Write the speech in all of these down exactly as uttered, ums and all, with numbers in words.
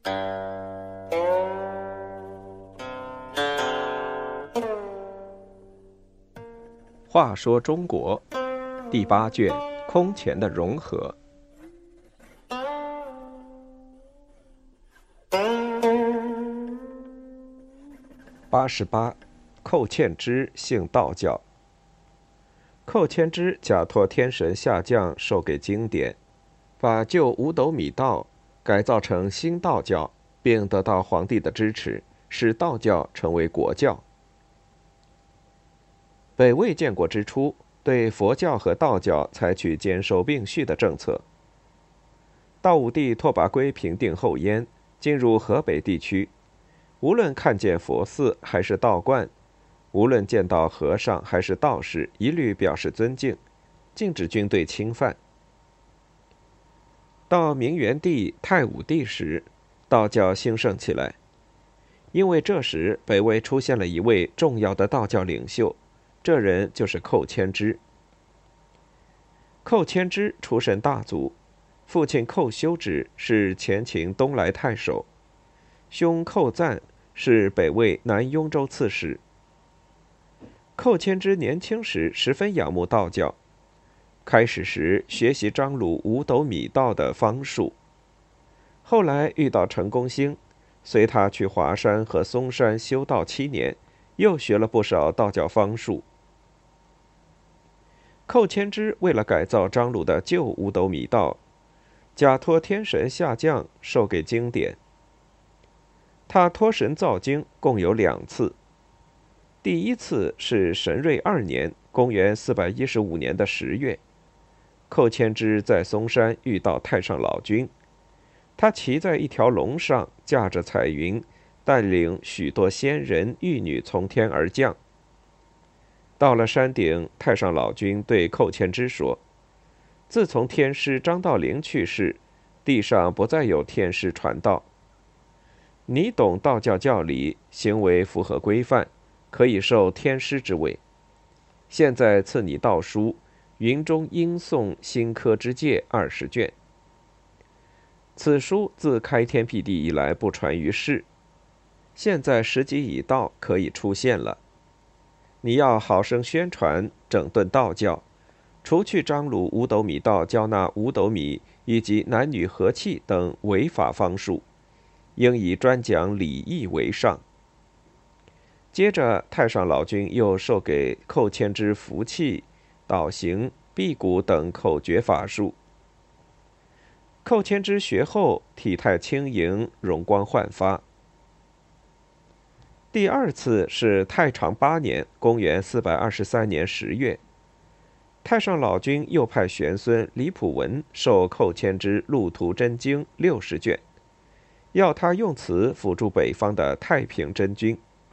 话说中国第八卷空前的融合。八十八，寇谦之信道教。寇谦之假托天神下降，授给经典，把旧五斗米道改造成新道教，并得到皇帝的支持，使道教成为国教。北魏建国之初，对佛教和道教采取兼收并蓄的政策。道武帝拓跋圭平定后燕，进入河北地区，无论看见佛寺还是道观，无论见到和尚还是道士，一律表示尊敬，禁止军队侵犯。到明元帝、太武帝时，道教兴盛起来，因为这时北魏出现了一位重要的道教领袖，这人就是寇谦之。寇谦之出身大族，父亲寇修之是前秦东莱太守，兄寇赞是北魏南雍州刺史。寇谦之年轻时十分仰慕道教，开始时学习张鲁五斗米道的方术，后来遇到陈公兴，随他去华山和嵩山修道七年，又学了不少道教方术。寇谦之为了改造张鲁的旧五斗米道，假托天神下降，授给经典。他托神造经共有两次，第一次是神瑞二年，公元四百一十五年的十月，寇谦之在嵩山遇到太上老君，他骑在一条龙上，驾着彩云，带领许多仙人玉女从天而降。到了山顶，太上老君对寇谦之说：“自从天师张道陵去世，地上不再有天师传道。你懂道教教理，行为符合规范，可以受天师之位。现在赐你道书《云中音颂新科之戒》二十卷。此书自开天辟地以来不传于世，现在时机已到，可以出现了。你要好生宣传，整顿道教，除去张鲁五斗米道交纳五斗米以及男女和气等违法方术，应以专讲礼义为上。”接着，太上老君又授给寇谦之符气、导行、辟谷等口诀法术。寇谦之学后，体态轻盈，容光焕发。第二次是太常八年，公元四百二十三年十月，太上老君又派玄孙李普文授寇谦之《路途真经》六十卷，要他用此辅助北方的太平真君。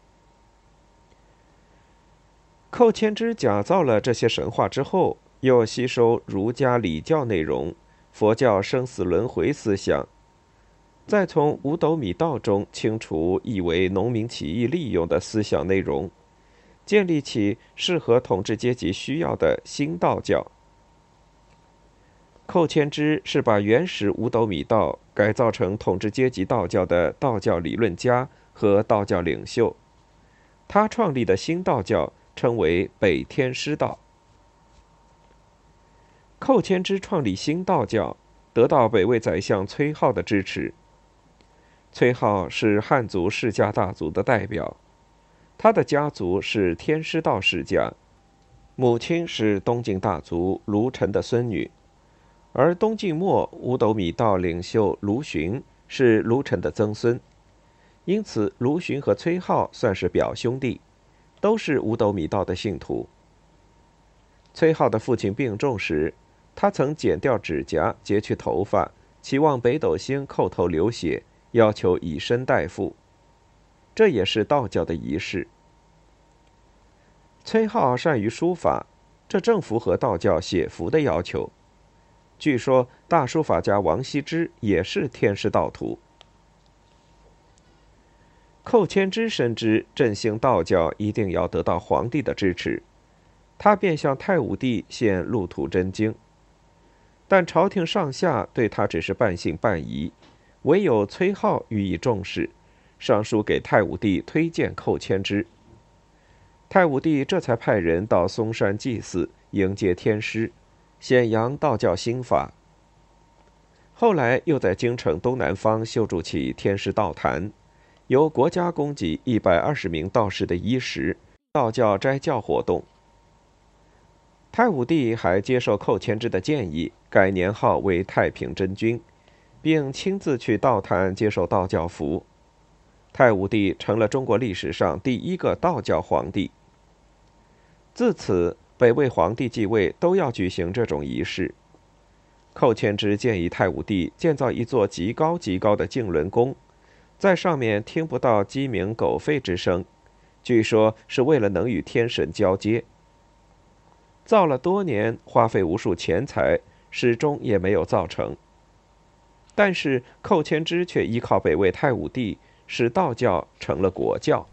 寇谦之假造了这些神话之后，又吸收儒家礼教内容、佛教生死轮回思想，再从五斗米道中清除以为农民起义利用的思想内容，建立起适合统治阶级需要的新道教。寇谦之是把原始五斗米道改造成统治阶级道教的道教理论家和道教领袖，他创立的新道教称为北天师道。寇谦之创立新道教，得到北魏宰相崔浩的支持。崔浩是汉族世家大族的代表，他的家族是天师道世家，母亲是东晋大族卢臣的孙女，而东晋末五斗米道领袖卢循是卢臣的曾孙，因此卢循和崔浩算是表兄弟，都是五斗米道的信徒。崔浩的父亲病重时，他曾剪掉指甲，截去头发，期望北斗星叩头流血，要求以身代父，这也是道教的仪式。崔浩善于书法，这正符合道教写符的要求。据说大书法家王羲之也是天师道徒。寇谦之深知振兴道教一定要得到皇帝的支持，他便向太武帝献《路途真经》，但朝廷上下对他只是半信半疑， 唯有崔颢予以重视，上书给太武帝推荐寇谦之。太武帝这才派人到嵩山祭祀，迎接天师，显扬道教兴法。后来又在京城东南方修筑起天师道坛，由国家供给一百二十名道士的衣食，道教斋教活动。太武帝还接受寇谦之的建议，改年号为太平真君，并亲自去道坛接受道教服。太武帝成了中国历史上第一个道教皇帝。自此，北魏皇帝继位都要举行这种仪式。寇谦之建议太武帝建造一座极高极高的净轮宫，在上面听不到鸡鸣狗吠之声，据说是为了能与天神交接。造了多年，花费无数钱财，始终也没有造成。但是寇谦之却依靠北魏太武帝，使道教成了国教。